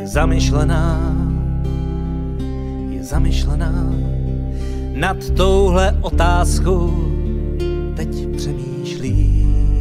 je zamyšlená, nad touhle otázkou teď přemýšlí.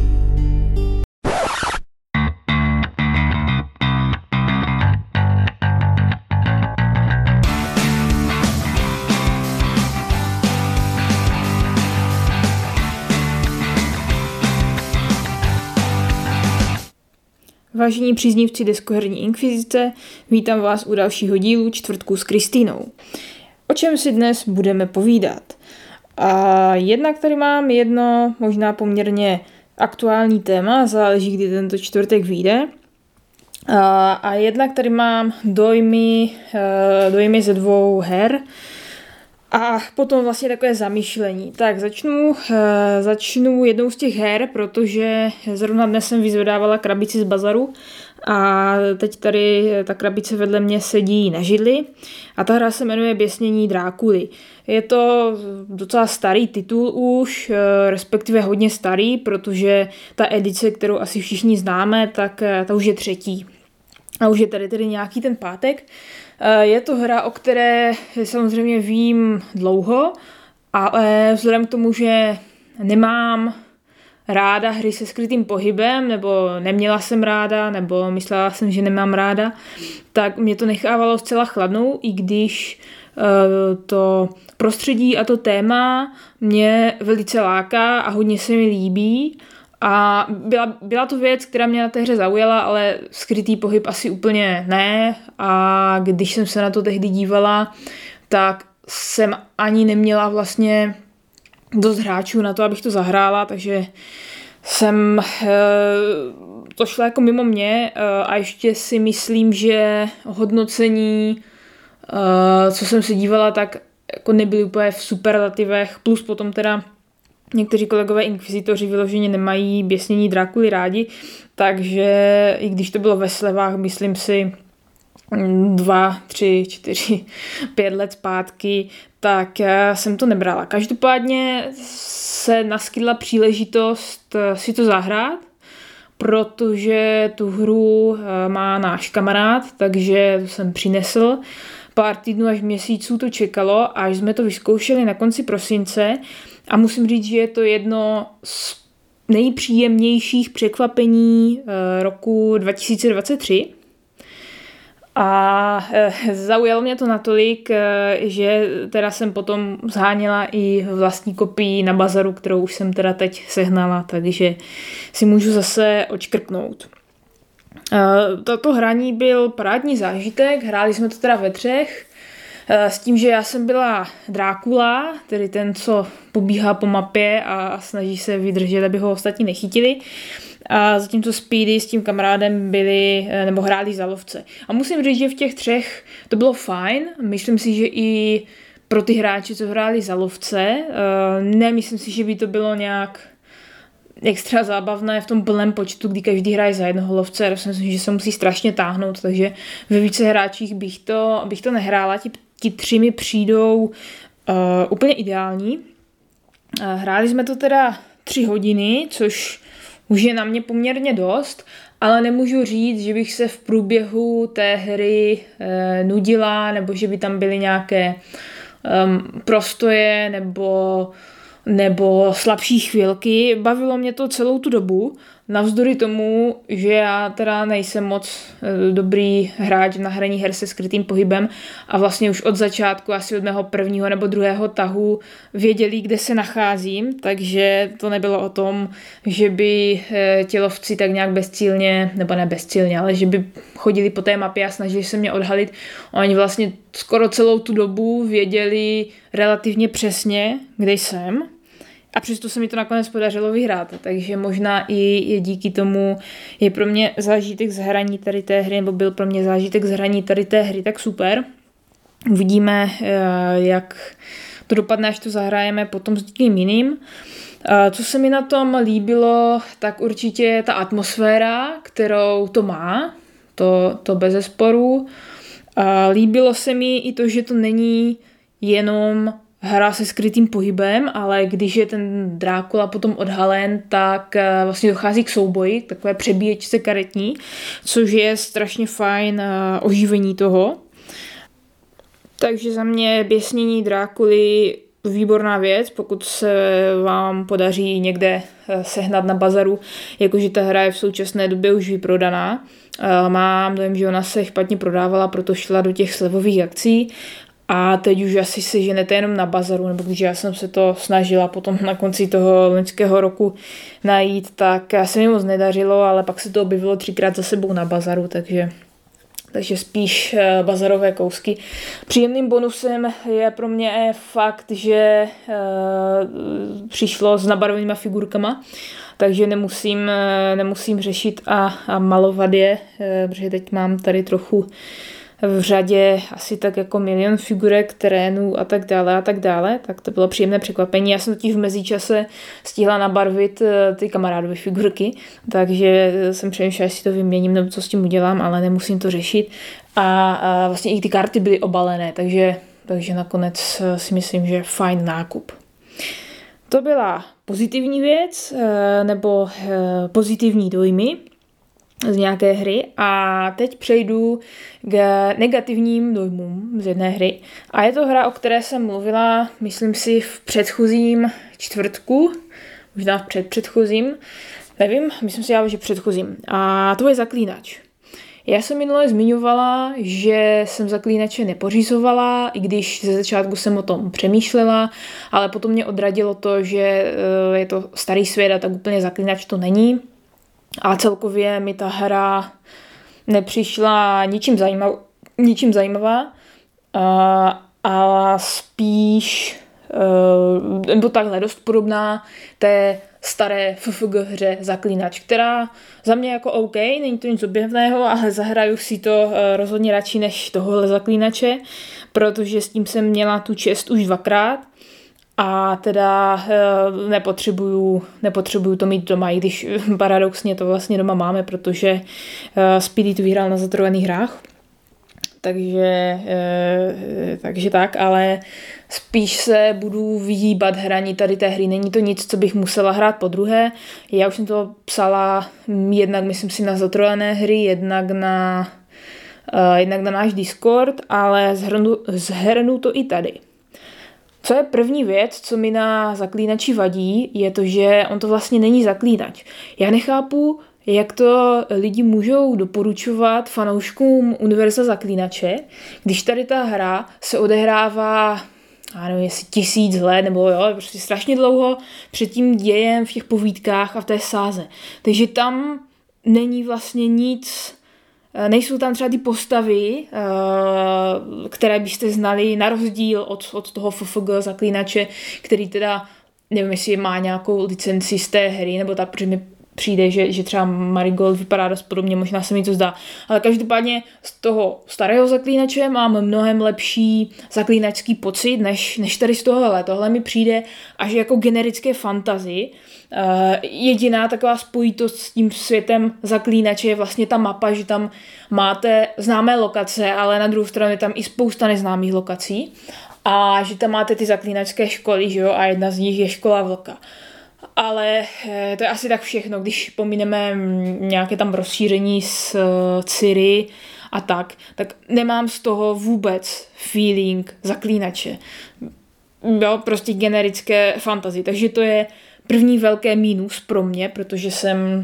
Vážení příznivci deskoherní inkvizice, vítám vás u dalšího dílu Čtvrtku s Kristýnou. O čem si dnes budeme povídat? A jednak tady mám jedno možná poměrně aktuální téma, záleží, kdy tento čtvrtek vyjde. A jednak tady mám dojmy ze dvou her a potom vlastně takové zamýšlení. Tak začnu jednou z těch her, protože zrovna dnes jsem vyzvedávala krabici z bazaru a teď tady ta krabice vedle mě sedí na židli a ta hra se jmenuje Běsnění Drákuly. Je to docela starý titul už, respektive hodně starý, protože ta edice, kterou asi všichni známe, tak ta už je třetí. A už je tady nějaký ten pátek. Je to hra, o které samozřejmě vím dlouho, ale vzhledem k tomu, že nemám ráda hry se skrytým pohybem, nebo neměla jsem ráda, nebo myslela jsem, že nemám ráda, tak mě to nechávalo zcela chladnou, i když to prostředí a to téma mě velice láká a hodně se mi líbí. A byla to věc, která mě na té hře zaujala, ale skrytý pohyb asi úplně ne. A když jsem se na to tehdy dívala, tak jsem ani neměla vlastně dost hráčů na to, abych to zahrála, takže to šlo jako mimo mě a ještě si myslím, že hodnocení, co jsem se dívala, tak jako nebyly úplně v superlativech, plus potom teda někteří kolegové inkvizitoři vyloženě nemají Běsnění Drákuly rádi, takže i když to bylo ve slevách, myslím si 2, 3, 4, 5 let zpátky, tak jsem to nebrala. Každopádně se naskytla příležitost si to zahrát, protože tu hru má náš kamarád, takže to jsem přinesl. Pár týdnů až měsíců to čekalo, až jsme to vyzkoušeli na konci prosince a musím říct, že je to jedno z nejpříjemnějších překvapení roku 2023. A zaujalo mě to natolik, že teda jsem potom zháněla i vlastní kopii na bazaru, kterou už jsem teda teď sehnala, takže si můžu zase odškrtnout. Toto hraní byl parádní zážitek, hráli jsme to teda ve 3, s tím, že já jsem byla Drákula, tedy ten, co pobíhá po mapě a snaží se vydržet, aby ho ostatní nechytili. A zatímco Speedy s tím kamarádem hráli za lovce. A musím říct, že v těch 3 to bylo fajn. Myslím si, že i pro ty hráče, co hráli za lovce, nemyslím si, že by to bylo nějak extra zábavné v tom plném počtu, kdy každý hraje za jednoho lovce. Já si myslím, že se musí strašně táhnout, takže ve více hráčích bych to nehrála. Ti 3 mi přijdou úplně ideální. Hráli jsme to teda 3 hodiny, což už je na mě poměrně dost, ale nemůžu říct, že bych se v průběhu té hry nudila, nebo že by tam byly nějaké prostoje, nebo slabší chvilky. Bavilo mě to celou tu dobu, navzdory tomu, že já teda nejsem moc dobrý hráč na hraní her se skrytým pohybem a vlastně už od začátku, asi od mého prvního nebo druhého tahu věděli, kde se nacházím, takže to nebylo o tom, že by tělovci tak nějak bezcílně, nebo ne bezcílně, ale že by chodili po té mapě a snažili se mě odhalit. Oni vlastně skoro celou tu dobu věděli relativně přesně, kde jsem. A přesto se mi to nakonec podařilo vyhrát, takže možná i díky tomu je pro mě zážitek z hraní tady té hry, nebo byl pro mě zážitek z hraní tady té hry, tak super. Uvidíme, jak to dopadne, až to zahrajeme potom s někým jiným. Co se mi na tom líbilo, tak určitě ta atmosféra, kterou to má, to bezesporu. Líbilo se mi i to, že to není jenom hra se skrytým pohybem, ale když je ten Drákula potom odhalen, tak vlastně dochází k souboji, k takové přebíječce karetní, což je strašně fajn oživení toho. Takže za mě běsnění Drákuly výborná věc, pokud se vám podaří někde sehnat na bazaru, jakože ta hra je v současné době už vyprodaná. Mám dojem, že ona se špatně prodávala, proto šla do těch slevových akcí a teď už asi se ženete jenom na bazaru, nebo když já jsem se to snažila potom na konci toho loňského roku najít, tak se mi moc nedařilo, ale pak se to objevilo 3krát za sebou na bazaru, takže spíš bazarové kousky. Příjemným bonusem je pro mě fakt, že přišlo s nabarvenýma figurkama, takže nemusím řešit a malovat je, protože teď mám tady trochu v řadě asi tak jako 1 000 000 figurek, terénů a tak dále, tak to bylo příjemné překvapení. Já jsem totiž v mezičase stihla nabarvit ty kamarádové figurky, takže jsem přemýšlela, jestli to vyměním nebo co s tím udělám, ale nemusím to řešit. A vlastně i ty karty byly obalené, takže nakonec si myslím, že fajn nákup. To byla pozitivní věc, nebo pozitivní dojmy z nějaké hry a teď přejdu k negativním dojmům z jedné hry. A je to hra, o které jsem mluvila, myslím si, v předchozím čtvrtku, možná v předchozím, nevím, myslím si, že předchozím. A to je Zaklínač. Já jsem minule zmiňovala, že jsem Zaklínače nepořizovala, i když ze začátku jsem o tom přemýšlela, ale potom mě odradilo to, že je to starý svět a tak úplně Zaklínač to není. A celkově mi ta hra nepřišla ničím zajímavá, a spíš, nebo takhle dost podobná té staré FFG hře Zaklínač, která za mě jako OK, není to nic objevného, ale zahraju si to rozhodně radši než tohohle Zaklínače, protože s tím jsem měla tu čest už 2krát. A teda nepotřebuju to mít doma, i když paradoxně to vlastně doma máme, protože Speedy to vyhrál na zatrovaných hrách. Takže tak, ale spíš se budu vyhýbat hraní tady té hry. Není to nic, co bych musela hrát podruhé. Já už jsem to psala jednak, myslím si, na zatrované hry, jednak na náš Discord, ale zhrnu to i tady. Co je první věc, co mi na Zaklínači vadí, je to, že on to vlastně není Zaklínač. Já nechápu, jak to lidi můžou doporučovat fanouškům univerza Zaklínače, když tady ta hra se odehrává, já nevím, jestli 1000 let, nebo jo, prostě strašně dlouho před tím dějem v těch povídkách a v té sáze. Takže tam není vlastně nic, nejsou tam třeba ty postavy, které byste znali na rozdíl od toho FFG Zaklínače, který teda, nevím, jestli má nějakou licenci z té hry, nebo tak, protože mi přijde, že třeba Marigold vypadá dost podobně, možná se mi to zdá. Ale každopádně z toho starého Zaklínače mám mnohem lepší zaklínačský pocit, než tady z tohohle. Tohle mi přijde až jako generické fantasy. Jediná taková spojitost s tím světem Zaklínače je vlastně ta mapa, že tam máte známé lokace, ale na druhou stranu je tam i spousta neznámých lokací. A že tam máte ty zaklínačské školy, že jo, a jedna z nich je škola vlka. Ale to je asi tak všechno, když pomineme nějaké tam rozšíření z Ciri a tak nemám z toho vůbec feeling Zaklínače. Jo, prostě generické fantasy. Takže to je první velké mínus pro mě, protože jsem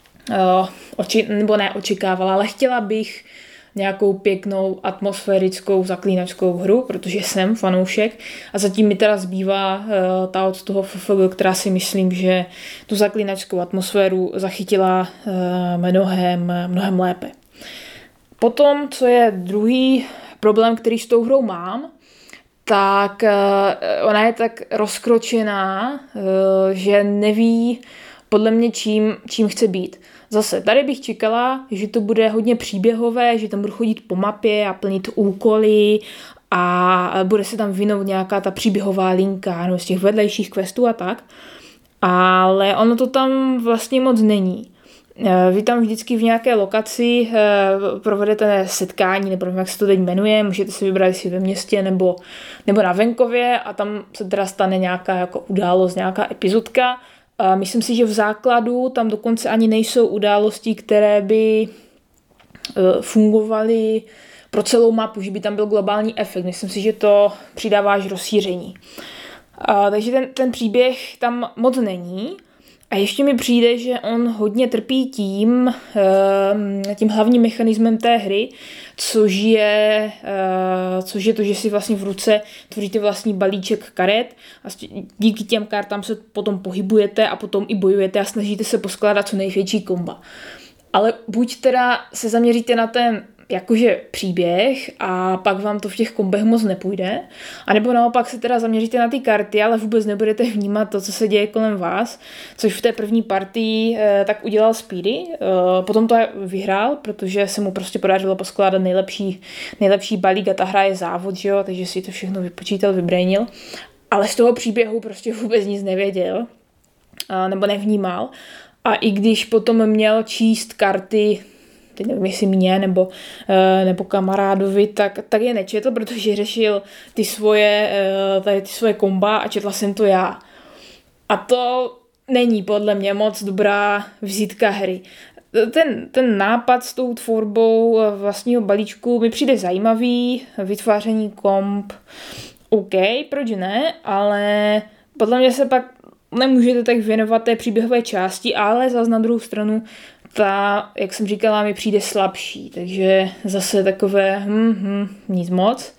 neočekávala, ale chtěla bych nějakou pěknou atmosférickou zaklínačskou hru, protože jsem fanoušek a zatím mi teda zbývá ta od toho FFG, která si myslím, že tu zaklínačskou atmosféru zachytila mnohem lépe. Potom, co je druhý problém, který s tou hrou mám, tak ona je tak rozkročená, že neví podle mě čím chce být. Zase, tady bych čekala, že to bude hodně příběhové, že tam budu chodit po mapě a plnit úkoly a bude se tam vinout nějaká ta příběhová linka, no, z těch vedlejších questů a tak. Ale ono to tam vlastně moc není. Vy tam vždycky v nějaké lokaci provedete setkání, nebo jak se to teď jmenuje, můžete si vybrat, jestli ve městě nebo na venkově a tam se teda stane nějaká jako událost, nějaká epizodka. Myslím si, že v základu tam dokonce ani nejsou události, které by fungovaly pro celou mapu, že by tam byl globální efekt. Myslím si, že to přidává až rozšíření. Takže ten příběh tam moc není. A ještě mi přijde, že on hodně trpí tím hlavním mechanismem té hry, což je to, že si vlastně v ruce tvoříte vlastní balíček karet a díky těm kartám se potom pohybujete a potom i bojujete a snažíte se poskládat co největší komba. Ale buď teda se zaměříte na ten jakože příběh a pak vám to v těch kombech moc nepůjde, anebo naopak se teda zaměříte na ty karty, ale vůbec nebudete vnímat to, co se děje kolem vás, což v té první partii tak udělal Speedy. Potom to vyhrál, protože se mu prostě podařilo poskládat nejlepší balík a ta hra je závod, že jo? Takže si to všechno vypočítal, vybrainil, ale z toho příběhu prostě vůbec nic nevěděl nebo nevnímal. A i když potom měl číst karty, teď nevím, jestli mě nebo kamarádovi, tak je nečetl, protože řešil ty svoje komba a četla jsem to já. A to není podle mě moc dobrá vizitka hry. Ten nápad s tou tvorbou vlastního balíčku mi přijde zajímavý, vytváření komb, OK, proč ne, ale podle mě se pak nemůžete tak věnovat té příběhové části, ale zase na druhou stranu ta, jak jsem říkala, mi přijde slabší, takže zase takové nic moc.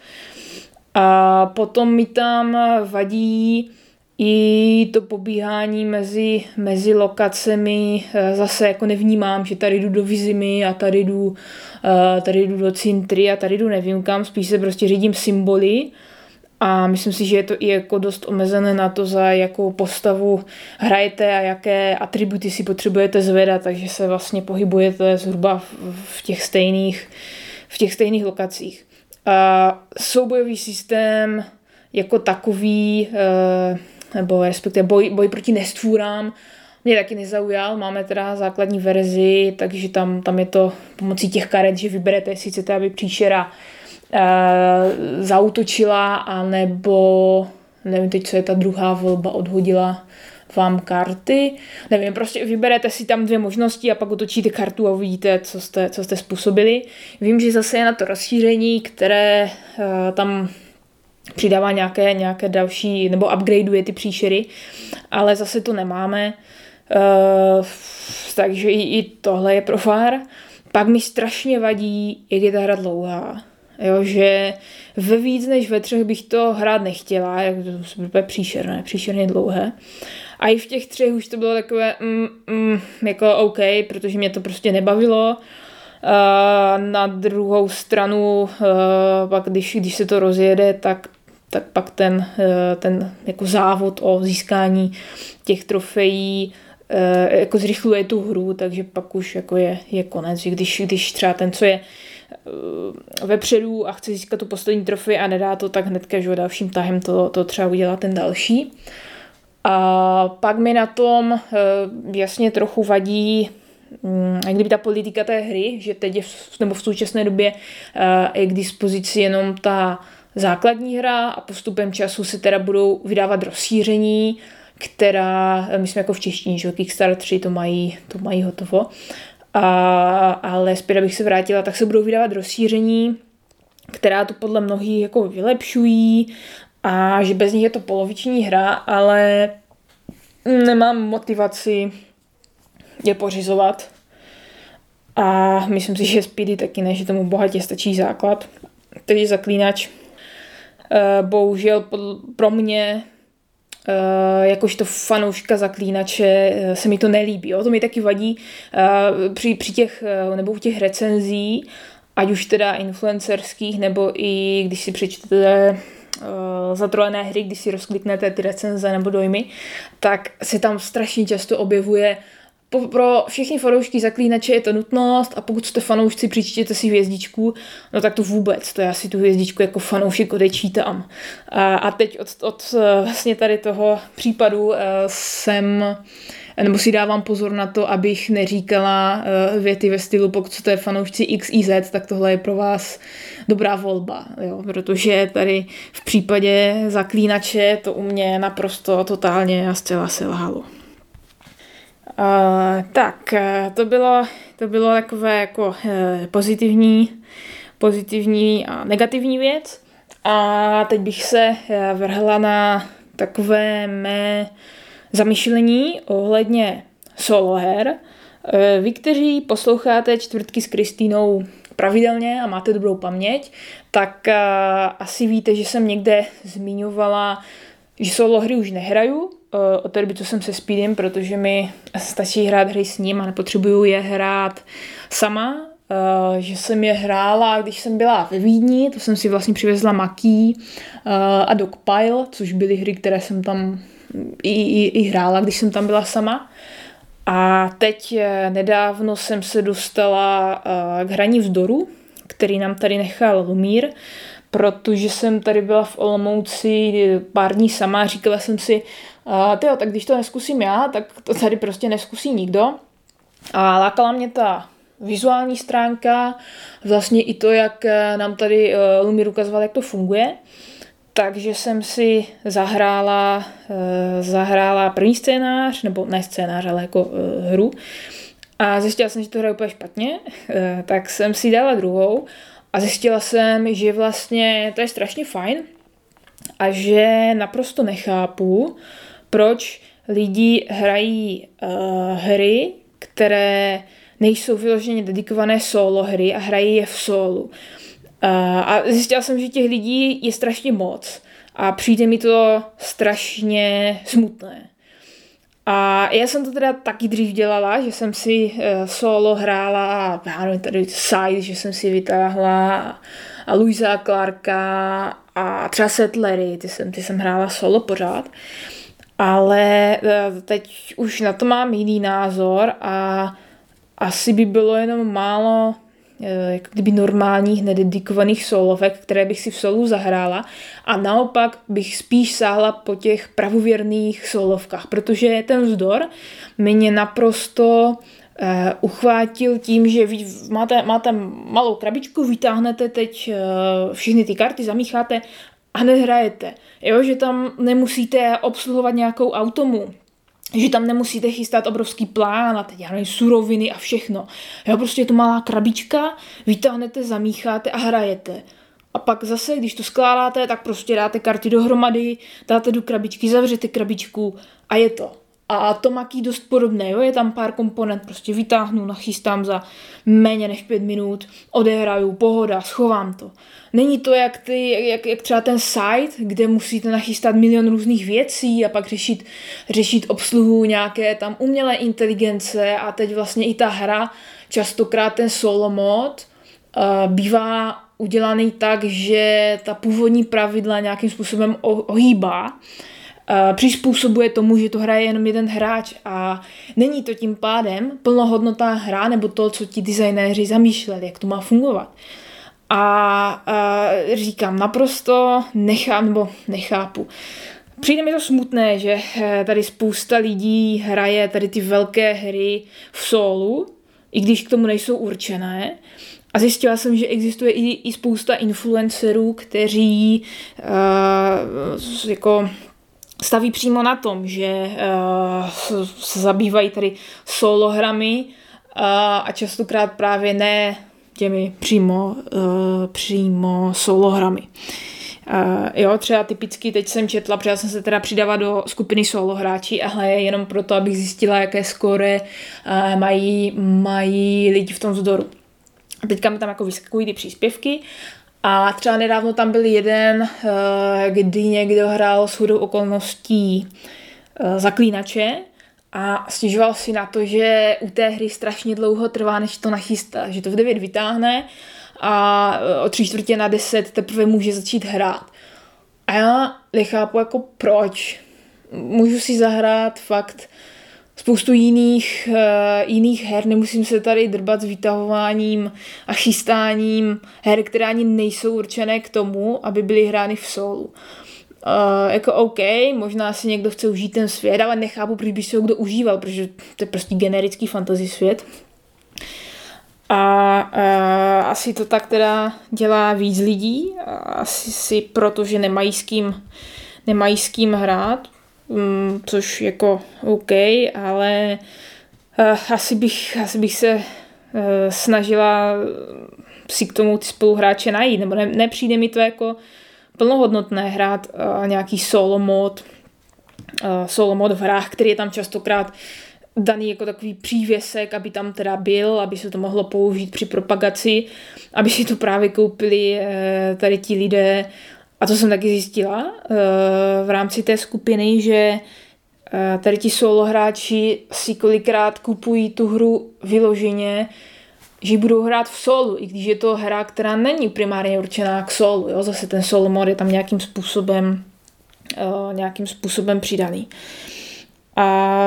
A potom mi tam vadí i to pobíhání mezi lokacemi, zase jako nevnímám, že tady jdu do Vizimy a tady jdu do Cintry a tady jdu nevím kam, spíš se prostě řídím symboly. A myslím si, že je to i jako dost omezené na to, za jakou postavu hrajete a jaké atributy si potřebujete zvedat, takže se vlastně pohybujete zhruba v těch stejných lokacích. A soubojový systém jako takový, nebo respektive boj proti nestvůrám, mě taky nezaujal. Máme teda základní verzi, takže tam je to pomocí těch karet, že vyberete, jestli chcete, aby příšera zaútočila, anebo nevím teď, co je ta druhá volba, odhodila vám karty. Nevím, prostě vyberete si tam 2 možnosti a pak otočíte kartu a uvidíte, co jste způsobili. Vím, že zase je na to rozšíření, které tam přidává nějaké další, nebo upgradeuje ty příšery, ale zase to nemáme. Takže i tohle je profár. Pak mi strašně vadí, jak je ta hra dlouhá. Jo, že ve víc než ve 3 bych to hrát nechtěla, jak to bude příšerně dlouhé. A i v těch 3 už to bylo takové jako OK, protože mě to prostě nebavilo. Na druhou stranu, pak když se to rozjede, tak pak ten jako závod o získání těch trofejí jako zrychluje tu hru, takže pak už jako je konec. Když třeba ten, co je vepředu a chce získat tu poslední trofej a nedá to, tak hnedka, že dalším tahem to třeba udělá ten další. A pak mi na tom jasně trochu vadí kdyby ta politika té hry, že teď je nebo v současné době je k dispozici jenom ta základní hra a postupem času se teda budou vydávat rozšíření, která, myslím jako v češtině, že Kickstarter 3 to mají hotovo. Ale zpět, abych se vrátila, tak se budou vydávat rozšíření, která to podle mnohých jako vylepšují a že bez nich je to poloviční hra, ale nemám motivaci je pořizovat. A myslím si, že Speedy taky ne, že tomu bohatě stačí základ. Takže Zaklínač bohužel pro mě jakožto fanouška Zaklínače se mi to nelíbí. To mi taky vadí při těch, nebo u těch recenzí, ať už teda influencerských, nebo i když si přečtete zatrolené hry, když si rozkliknete ty recenze nebo dojmy, tak se tam strašně často objevuje pro všechny fanoušky Zaklínače je to nutnost a pokud jste fanoušci, přičtěte si hvězdičku, no tak to vůbec, to já si tu hvězdičku jako fanoušek odečítám. A teď od vlastně tady toho případu jsem nebo si dávám pozor na to, abych neříkala věty ve stylu, pokud jste fanoušci X, Y, Z, tak tohle je pro vás dobrá volba, jo? Protože tady v případě Zaklínače to u mě naprosto totálně a zcela selhalo. Tak, to bylo takové jako pozitivní a negativní věc. A teď bych se vrhla na takové mé zamyšlení ohledně soloher. Vy, kteří posloucháte čtvrtky s Kristýnou pravidelně a máte dobrou paměť, tak asi víte, že jsem někde zmiňovala, že solo hry už nehraju, od té doby, co jsem se Speedem, protože mi stačí hrát hry s ním a nepotřebuju je hrát sama, že jsem je hrála, když jsem byla ve Vídni, to jsem si vlastně přivezla Maki a Dogpile, což byly hry, které jsem tam i hrála, když jsem tam byla sama. A teď nedávno jsem se dostala k hraní Vzdoru, který nám tady nechal Lumír, protože jsem tady byla v Olomouci pár dní sama a říkala jsem si, tak když to neskusím já, tak to tady prostě neskusí nikdo. A lákala mě ta vizuální stránka, vlastně i to, jak nám tady Lumír ukazoval, jak to funguje. Takže jsem si zahrála první scénář, nebo ne scénář, ale jako hru. A zjistila jsem, že to hraje úplně špatně, tak jsem si dala druhou a zjistila jsem, že vlastně to je strašně fajn a že naprosto nechápu, proč lidi hrají hry, které nejsou vyloženě dedikované solo hry a hrají je v solu. A zjistila jsem, že těch lidí je strašně moc a přijde mi to strašně smutné. A já jsem to teda taky dřív dělala, že jsem si solo hrála, já nevím, tady Side, že jsem si vytáhla a Louisa Clarka a třeba Settlery, ty jsem hrála solo pořád. Ale teď už na to mám jiný názor a asi by bylo jenom málo jako kdyby normálních nededikovaných solovek, které bych si v solu zahrála a naopak bych spíš sáhla po těch pravověrných solovkách, protože ten Vzdor mě naprosto uchvátil tím, že máte malou krabičku, vytáhnete teď všechny ty karty, zamícháte a hned hrajete. Jo, že tam nemusíte obsluhovat nějakou automu, že tam nemusíte chystat obrovský plán a teď, já nevím, suroviny a všechno. Jo, prostě je to malá krabička, vytáhnete, zamícháte a hrajete. A pak zase, když to skládáte, tak prostě dáte karty dohromady, dáte do krabičky, zavřete krabičku a je to. A to Maki dost podobné, jo? Je tam pár komponent, prostě vytáhnu, nachystám za méně než 5 minut, odehraju, pohoda, schovám to. Není to jak třeba ten site, kde musíte nachystat milion různých věcí a pak řešit obsluhu nějaké tam umělé inteligence a teď vlastně i ta hra, častokrát ten solo mod, bývá udělaný tak, že ta původní pravidla nějakým způsobem ohýbá, přizpůsobuje tomu, že to hraje jenom jeden hráč a není to tím pádem plnohodnotná hra nebo to, co ti designéři zamýšleli, jak to má fungovat. A říkám, naprosto nechápu. Přijde mi to smutné, že tady spousta lidí hraje tady ty velké hry v solu, i když k tomu nejsou určené. A zjistila jsem, že existuje i spousta influencerů, kteří jako staví přímo na tom, že se zabývají tady solohrami a častokrát právě ne těmi přímo solohrami. Jo, třeba typicky teď jsem četla, protože jsem se teda přidala do skupiny solohráči, ale jenom proto, abych zjistila, jaké skóre mají lidi v tom Vzdoru. A teďka mi tam jako vyskakují ty příspěvky a třeba nedávno tam byl jeden, kdy někdo hrál shodou okolností Zaklínače a stěžoval si na to, že u té hry strašně dlouho trvá, než to nachystá, že to v 9 vytáhne a o 9:45 teprve může začít hrát. A já nechápu jako proč. Můžu si zahrát fakt spoustu jiných her, nemusím se tady drbat s vytahováním a chystáním her, které ani nejsou určené k tomu, aby byly hrány v solu. Jako OK, možná si někdo chce užít ten svět, ale nechápu, proč by si ho kdo užíval, protože to je prostě generický fantasy svět. A asi to tak teda dělá víc lidí, asi si protože nemají s kým hrát, což jako OK, ale asi bych se snažila si k tomu ty spoluhráče najít, nebo nepřijde mi to jako plnohodnotné hrát nějaký solo mod v hrách, který je tam častokrát daný jako takový přívěsek, aby tam teda byl, aby se to mohlo použít při propagaci, aby si to právě koupili tady ti lidé. A to jsem taky zjistila v rámci té skupiny, že tady ti solo hráči si kolikrát kupují tu hru vyloženě, že ji budou hrát v solu, i když je to hra, která není primárně určená k solu. Jo? Zase ten solo mod je tam nějakým způsobem přidaný. A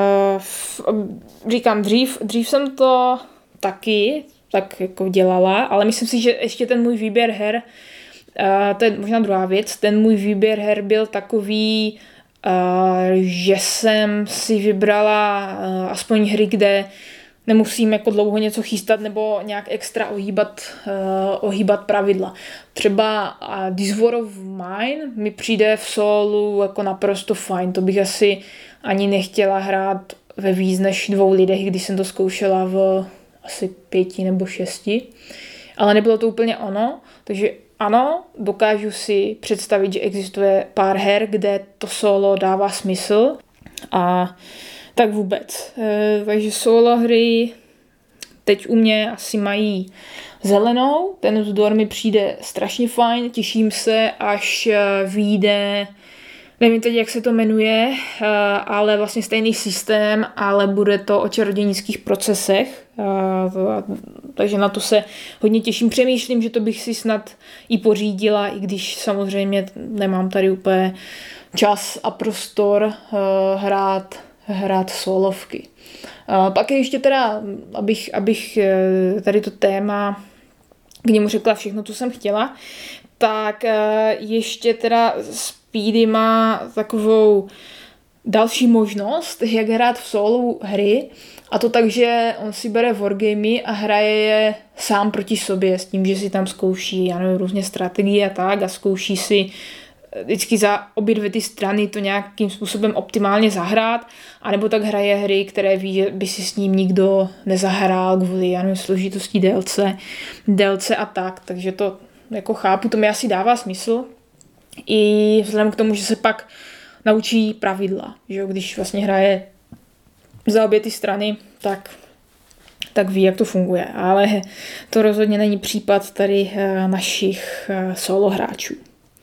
říkám, dřív jsem to taky tak jako dělala, ale myslím si, že ještě ten můj výběr her, to je možná druhá věc, ten můj výběr her byl takový, že jsem si vybrala aspoň hry, kde nemusím jako dlouho něco chystat nebo nějak extra ohýbat pravidla. Třeba This War of Mine mi přijde v solu jako naprosto fajn. To bych asi ani nechtěla hrát ve víc než 2 lidech, když jsem to zkoušela v asi 5 nebo 6. Ale nebylo to úplně ono, takže ano, dokážu si představit, že existuje pár her, kde to solo dává smysl a tak vůbec. Takže solo hry teď u mě asi mají zelenou, ten vzdor mi přijde strašně fajn, těším se, až vyjde, nevím teď, jak se to jmenuje, ale vlastně stejný systém, ale bude to o čarodějnických procesech, takže na to se hodně těším. Přemýšlím, že to bych si snad i pořídila, i když samozřejmě nemám tady úplně čas a prostor hrát solovky. Pak je ještě teda, abych tady to téma k němu řekla všechno, co jsem chtěla, tak ještě teda Speedy má takovou další možnost, jak hrát v solo hry, a to tak, že on si bere wargamy a hraje je sám proti sobě, s tím, že si tam zkouší, já nevím, různě strategie a tak, a zkouší si vždycky za obě dvě ty strany to nějakým způsobem optimálně zahrát, anebo tak hraje hry, které ví, že by si s ním nikdo nezahrál kvůli, já nevím, složitosti délce a tak, takže to jako chápu, to mi asi dává smysl i vzhledem k tomu, že se pak naučí pravidla, že jo, když vlastně hraje za obě ty strany, tak ví, jak to funguje, ale to rozhodně není případ tady našich solo hráčů.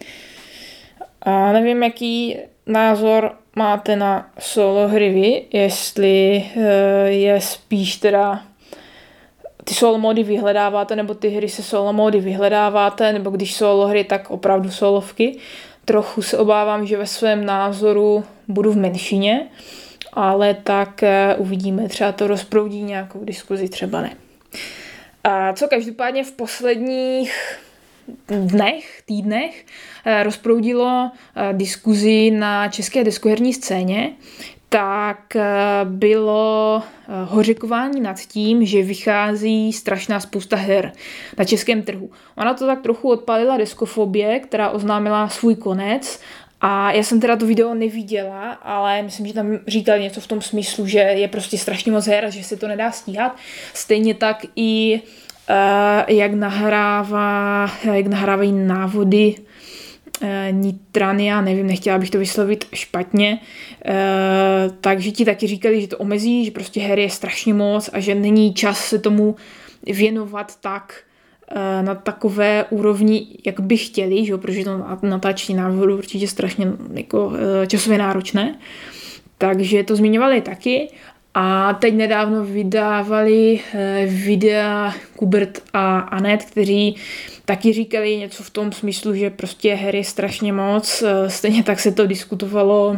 A nevím, jaký názor máte na solo hry vy, jestli je spíš teda ty solo mody vyhledáváte, nebo ty hry se solo mody vyhledáváte, nebo když solo hry, tak opravdu solovky. Trochu se obávám, že ve svém názoru budu v menšině, ale tak uvidíme, třeba to rozproudí nějakou diskuzi, třeba ne. A co každopádně v posledních týdnech rozproudilo diskuzi na české deskoherní scéně, tak bylo hořekování nad tím, že vychází strašná spousta her na českém trhu. Ona to tak trochu odpálila Deskofobie, která oznámila svůj konec, a já jsem teda to video neviděla, ale myslím, že tam říkali něco v tom smyslu, že je prostě strašně moc her a že se to nedá stíhat. Stejně tak i jak nahrávají návody Nitrania, nevím, nechtěla bych to vyslovit špatně, takže ti taky říkali, že to omezí, že prostě her je strašně moc a že není čas se tomu věnovat tak na takové úrovni, jak by chtěli, že? Protože to natáčení návodu určitě strašně jako, časově náročné. Takže to zmiňovali taky. A teď nedávno vydávali videa Kubert a Anet, kteří taky říkali něco v tom smyslu, že prostě her je strašně moc. Stejně tak se to diskutovalo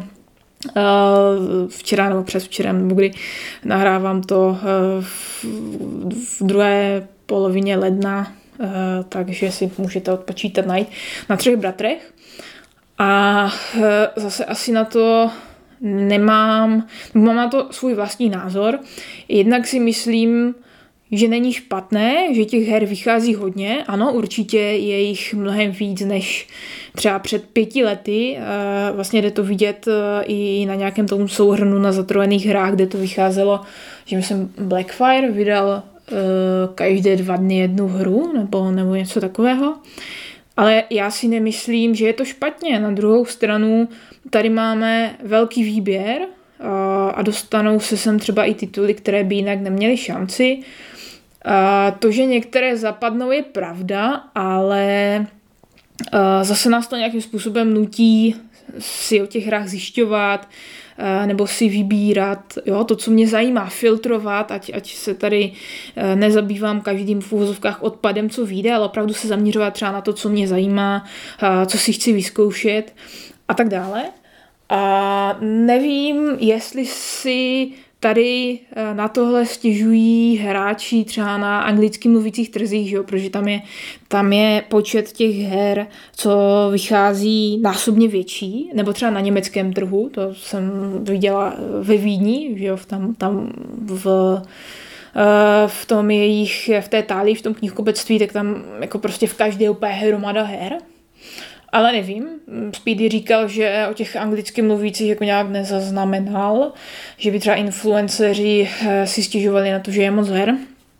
včera nebo předvčerem, nebo kdy nahrávám to v druhé polovině ledna, takže si můžete odpočítat najít na 3 bratrech. A zase asi na to mám na to svůj vlastní názor. Jednak si myslím, že není špatné, že těch her vychází hodně. Ano, určitě je jich mnohem víc než třeba před 5 lety. Vlastně jde to vidět i na nějakém tom souhrnu na zatrojených hrách, kde to vycházelo, že myslím Blackfire vydal každé 2 dny jednu hru nebo něco takového. Ale já si nemyslím, že je to špatně. Na druhou stranu tady máme velký výběr a dostanou se sem třeba i tituly, které by jinak neměly šanci. To, že některé zapadnou, je pravda, ale zase nás to nějakým způsobem nutí si o těch hrách zjišťovat nebo si vybírat, jo, to, co mě zajímá, filtrovat, ať se tady nezabývám každým v uvozovkách odpadem, co vyjde, ale opravdu se zaměřovat třeba na to, co mě zajímá, co si chci vyzkoušet a tak dále. A nevím, jestli si tady na tohle stěžují hráči třeba na anglicky mluvících trzích, že jo? Protože tam je počet těch her, co vychází násobně větší, nebo třeba na německém trhu, to jsem viděla ve Vídni, že jo? Tam v tom v té Tálii, v tom knihkupectví, tak tam jako prostě v každé úplně hromada her. Ale nevím, Speedy říkal, že o těch anglicky mluvících jako nějak nezaznamenal, že by třeba influenceři si stěžovali na to, že je moc her.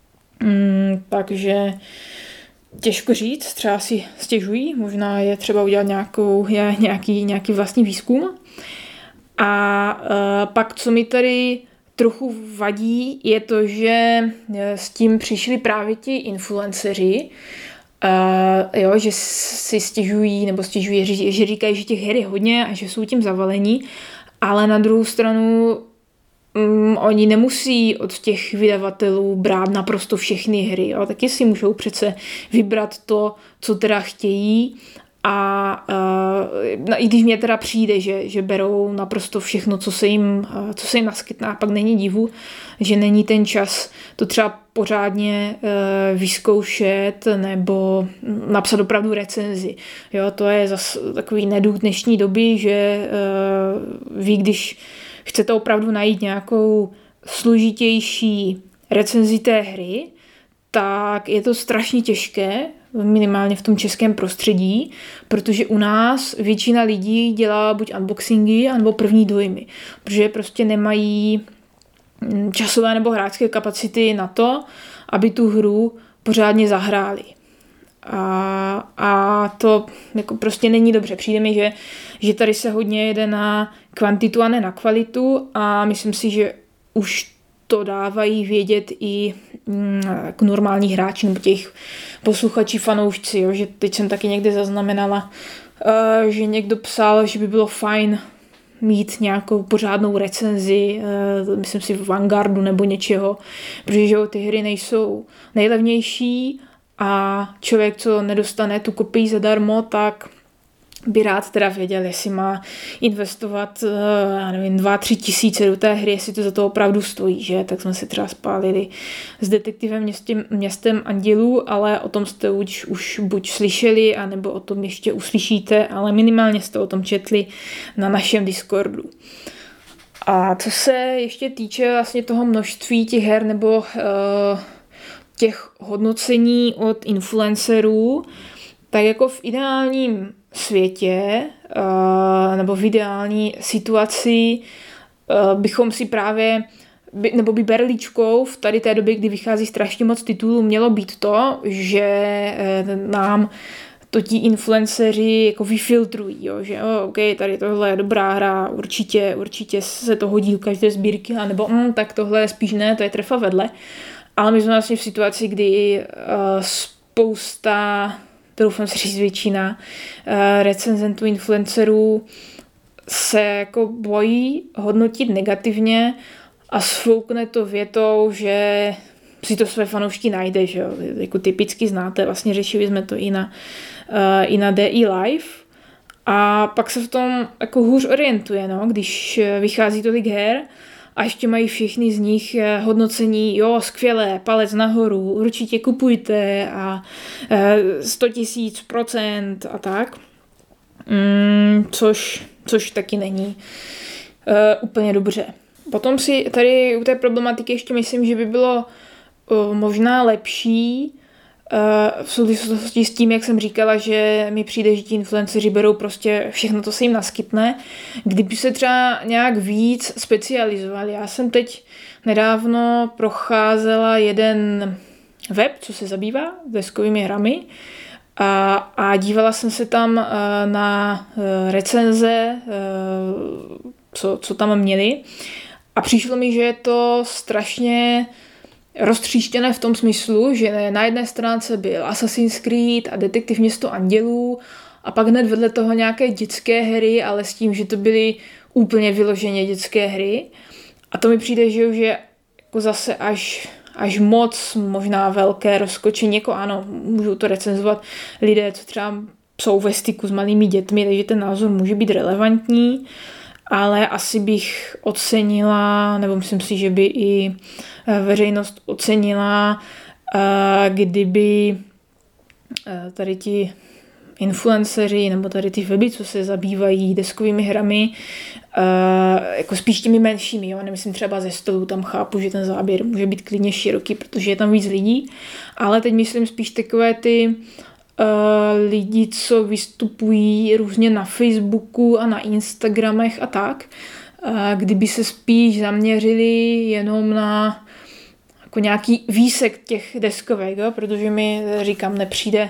Takže těžko říct, třeba si stěžují, možná je třeba udělat nějaký vlastní výzkum. A pak, co mi tady trochu vadí, je to, že s tím přišli právě ti influenceři, že si stěžují, že říkají, že těch her je hodně a že jsou tím zavalení, ale na druhou stranu oni nemusí od těch vydavatelů brát naprosto všechny hry, jo? Taky si můžou přece vybrat to, co teda chtějí i když mě teda přijde, že berou naprosto všechno, co se jim naskytná, a pak není divu, že není ten čas to třeba pořádně vyzkoušet nebo napsat opravdu recenzi. Jo, to je zase takový neduch dnešní doby, že vy, když chcete opravdu najít nějakou složitější recenzi té hry, tak je to strašně těžké, minimálně v tom českém prostředí, protože u nás většina lidí dělá buď unboxingy, anebo první dojmy, protože prostě nemají časové nebo hráčské kapacity na to, aby tu hru pořádně zahráli. A to jako prostě není dobře. Přijde mi, že tady se hodně jede na kvantitu a ne na kvalitu a myslím si, že už to dávají vědět i jako normální hráči nebo těch posluchači, fanoušci, jo? Že teď jsem taky někde zaznamenala, že někdo psal, že by bylo fajn mít nějakou pořádnou recenzi, myslím si v Vanguardu nebo něčeho, protože že ty hry nejsou nejlevnější a člověk, co nedostane tu kopii zadarmo, tak by rád teda věděl, jestli má investovat 2-3 tisíce do té hry, jestli to za to opravdu stojí, že? Tak jsme si třeba spálili s Detektivem městem andělů, ale o tom jste už buď slyšeli, anebo o tom ještě uslyšíte, ale minimálně jste o tom četli na našem Discordu. A co se ještě týče vlastně toho množství těch her nebo těch hodnocení od influencerů, tak jako v ideálním světě nebo v ideální situaci bychom si právě, nebo by berličkou v tady té době, kdy vychází strašně moc titulů, mělo být to, že nám to ti influenceři jako vyfiltrují, jo? Že OK, tady tohle je dobrá hra, určitě se to hodí u každé sbírky, anebo tak tohle je spíš ne, to je trefa vedle. Ale my jsme vlastně v situaci, kdy spousta, doufám si říct většina recenzentů, influencerů se jako bojí hodnotit negativně a sfoukne to větou, že si to své fanoušky najde, že jo? Jako typicky znáte, vlastně řešili jsme to i na DI Live a pak se v tom jako hůř orientuje, no? Když vychází tolik her a ještě mají všichni z nich hodnocení, jo, skvělé, palec nahoru, určitě kupujte a 100 000% a tak. což taky není úplně dobře. Potom si tady u té problematiky ještě myslím, že by bylo možná lepší v souvislosti s tím, jak jsem říkala, že mi přijde, že ti influenceři berou prostě všechno, to se jim naskytne, kdyby se třeba nějak víc specializovali. Já jsem teď nedávno procházela jeden web, co se zabývá deskovými hrami a dívala jsem se tam na recenze, co tam měli a přišlo mi, že je to strašně roztříštěné v tom smyslu, že na jedné stránce byl Assassin's Creed a Detektiv město andělů a pak hned vedle toho nějaké dětské hry, ale s tím, že to byly úplně vyloženě dětské hry. A to mi přijde, že už je jako zase až moc možná velké rozkočení, jako ano, můžou to recenzovat lidé, co třeba jsou ve styku s malými dětmi, takže ten názor může být relevantní, ale asi bych ocenila, nebo myslím si, že by i veřejnost ocenila, kdyby tady ti influenceři nebo tady ty weby, co se zabývají deskovými hrami, jako spíš těmi menšími, jo? Nemyslím třeba ze stolu, tam chápu, že ten záběr může být klidně široký, protože je tam víc lidí, ale teď myslím spíš takové ty lidi, co vystupují různě na Facebooku a na Instagramech a tak, kdyby se spíš zaměřili jenom na jako nějaký výsek těch deskovek, jo? Protože mi, říkám, nepřijde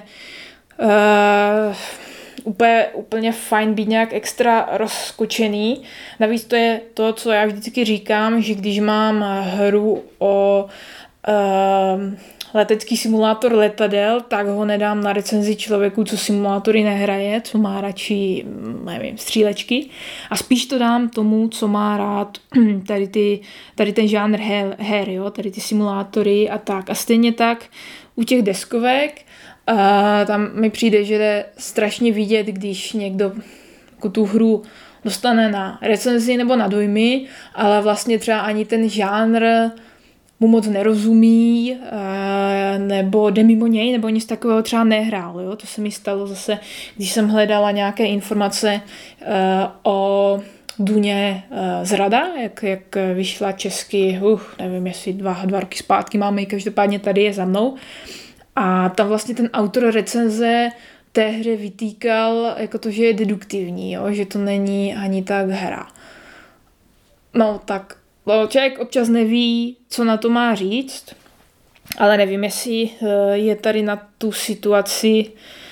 úplně fajn být nějak extra rozkočený. Navíc to je to, co já vždycky říkám, že když mám hru o letecký simulátor letadel, tak ho nedám na recenzi člověku, co simulátory nehraje, co má radši, nevím, střílečky. A spíš to dám tomu, co má rád tady ten žánr her, jo? Tady ty simulátory a tak. A stejně tak u těch deskovek, tam mi přijde, že je strašně vidět, když někdo jako tu hru dostane na recenzi nebo na dojmy, ale vlastně třeba ani ten žánr mu moc nerozumí, nebo jde mimo něj, nebo nic takového třeba nehrál. Jo? To se mi stalo zase, když jsem hledala nějaké informace o Duně Zrada, jak vyšla česky, nevím, jestli dva roky zpátky máme ji, každopádně tady je za mnou. A tam vlastně ten autor recenze té hře vytýkal jako to, že je deduktivní, jo? Že to není ani tak hra. No tak člověk občas neví, co na to má říct, ale nevím, jestli je tady na tu situaci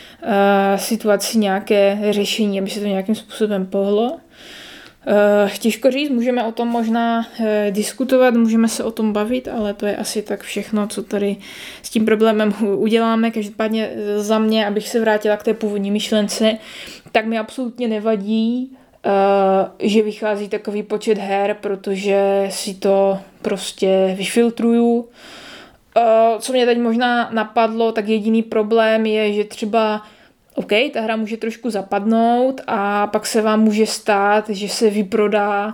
nějaké řešení, aby se to nějakým způsobem pohlo. Těžko říct, můžeme o tom možná diskutovat, můžeme se o tom bavit, ale to je asi tak všechno, co tady s tím problémem uděláme. Každopádně za mě, abych se vrátila k té původní myšlence, tak mi absolutně nevadí, že vychází takový počet her, protože si to prostě vyfiltruju. Co mě teď možná napadlo, tak jediný problém je, že třeba OK, ta hra může trošku zapadnout a pak se vám může stát, že se vyprodá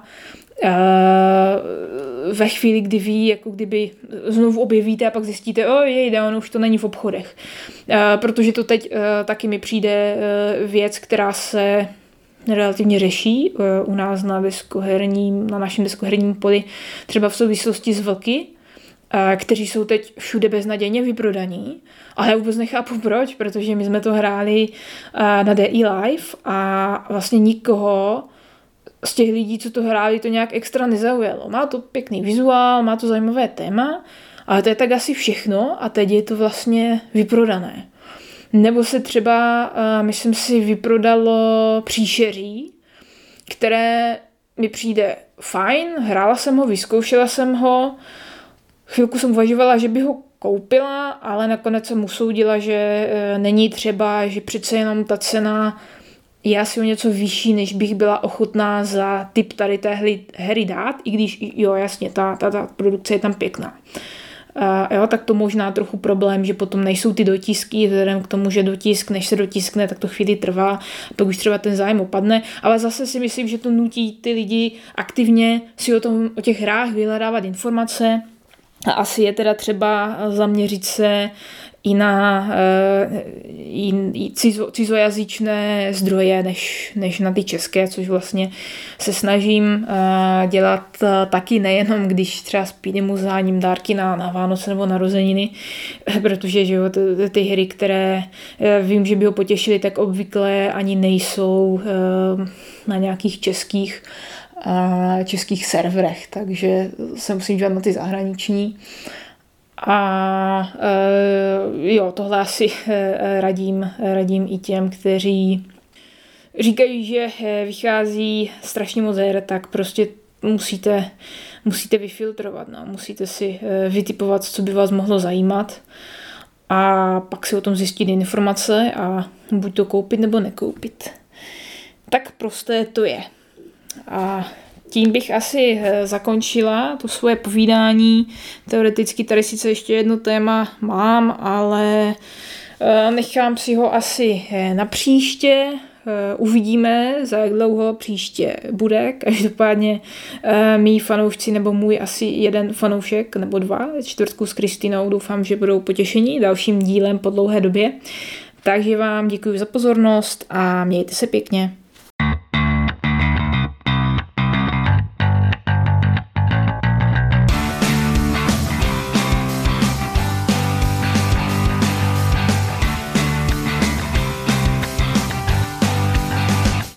ve chvíli, kdy vy jako kdyby znovu objevíte a pak zjistíte, ono už to není v obchodech. Protože to teď taky mi přijde věc, která se relativně řeší u nás na našem deskoherním poli, třeba v souvislosti s vlky, kteří jsou teď všude beznadějně vyprodaní. Ale já vůbec nechápu proč, protože my jsme to hráli na DI Live a vlastně nikoho z těch lidí, co to hráli, to nějak extra nezaujalo. Má to pěkný vizuál, má to zajímavé téma, ale to je tak asi všechno a teď je to vlastně vyprodané. Nebo se třeba, myslím si, vyprodalo Příšeří, které mi přijde fajn, hrála jsem ho, vyzkoušela jsem ho, chvilku jsem uvažovala, že by ho koupila, ale nakonec jsem usoudila, že není třeba, že přece jenom ta cena je asi o něco vyšší, než bych byla ochotná za typ tady té hry dát, i když, jo, jasně, ta produkce je tam pěkná. Tak to možná trochu problém, že potom nejsou ty dotisky, vzhledem k tomu, že dotisk, než se dotiskne, tak to chvíli trvá, pak už třeba ten zájem opadne, ale zase si myslím, že to nutí ty lidi aktivně si o těch hrách vyhledávat informace. A asi je teda třeba zaměřit se cizojazyčné zdroje než na ty české, což vlastně se snažím dělat taky nejenom, když třeba spídím muzeálním dárky na Vánoce nebo narozeniny, protože že jo, ty hry, které vím, že by ho potěšily, tak obvykle ani nejsou na nějakých českých serverech, takže se musím dívat na ty zahraniční. A jo, tohle asi radím i těm, kteří říkají, že vychází strašně moc her, tak prostě musíte vyfiltrovat, no. Musíte si vytipovat, co by vás mohlo zajímat a pak si o tom zjistit informace a buď to koupit nebo nekoupit. Tak prosté to je. A tím bych asi zakončila to svoje povídání. Teoreticky tady sice ještě jedno téma mám, ale nechám si ho asi na příště. Uvidíme, za jak dlouho příště bude. Každopádně mý fanoušci nebo můj asi jeden fanoušek nebo dva čtvrtku s Kristýnou doufám, že budou potěšení dalším dílem po dlouhé době. Takže vám děkuji za pozornost a mějte se pěkně.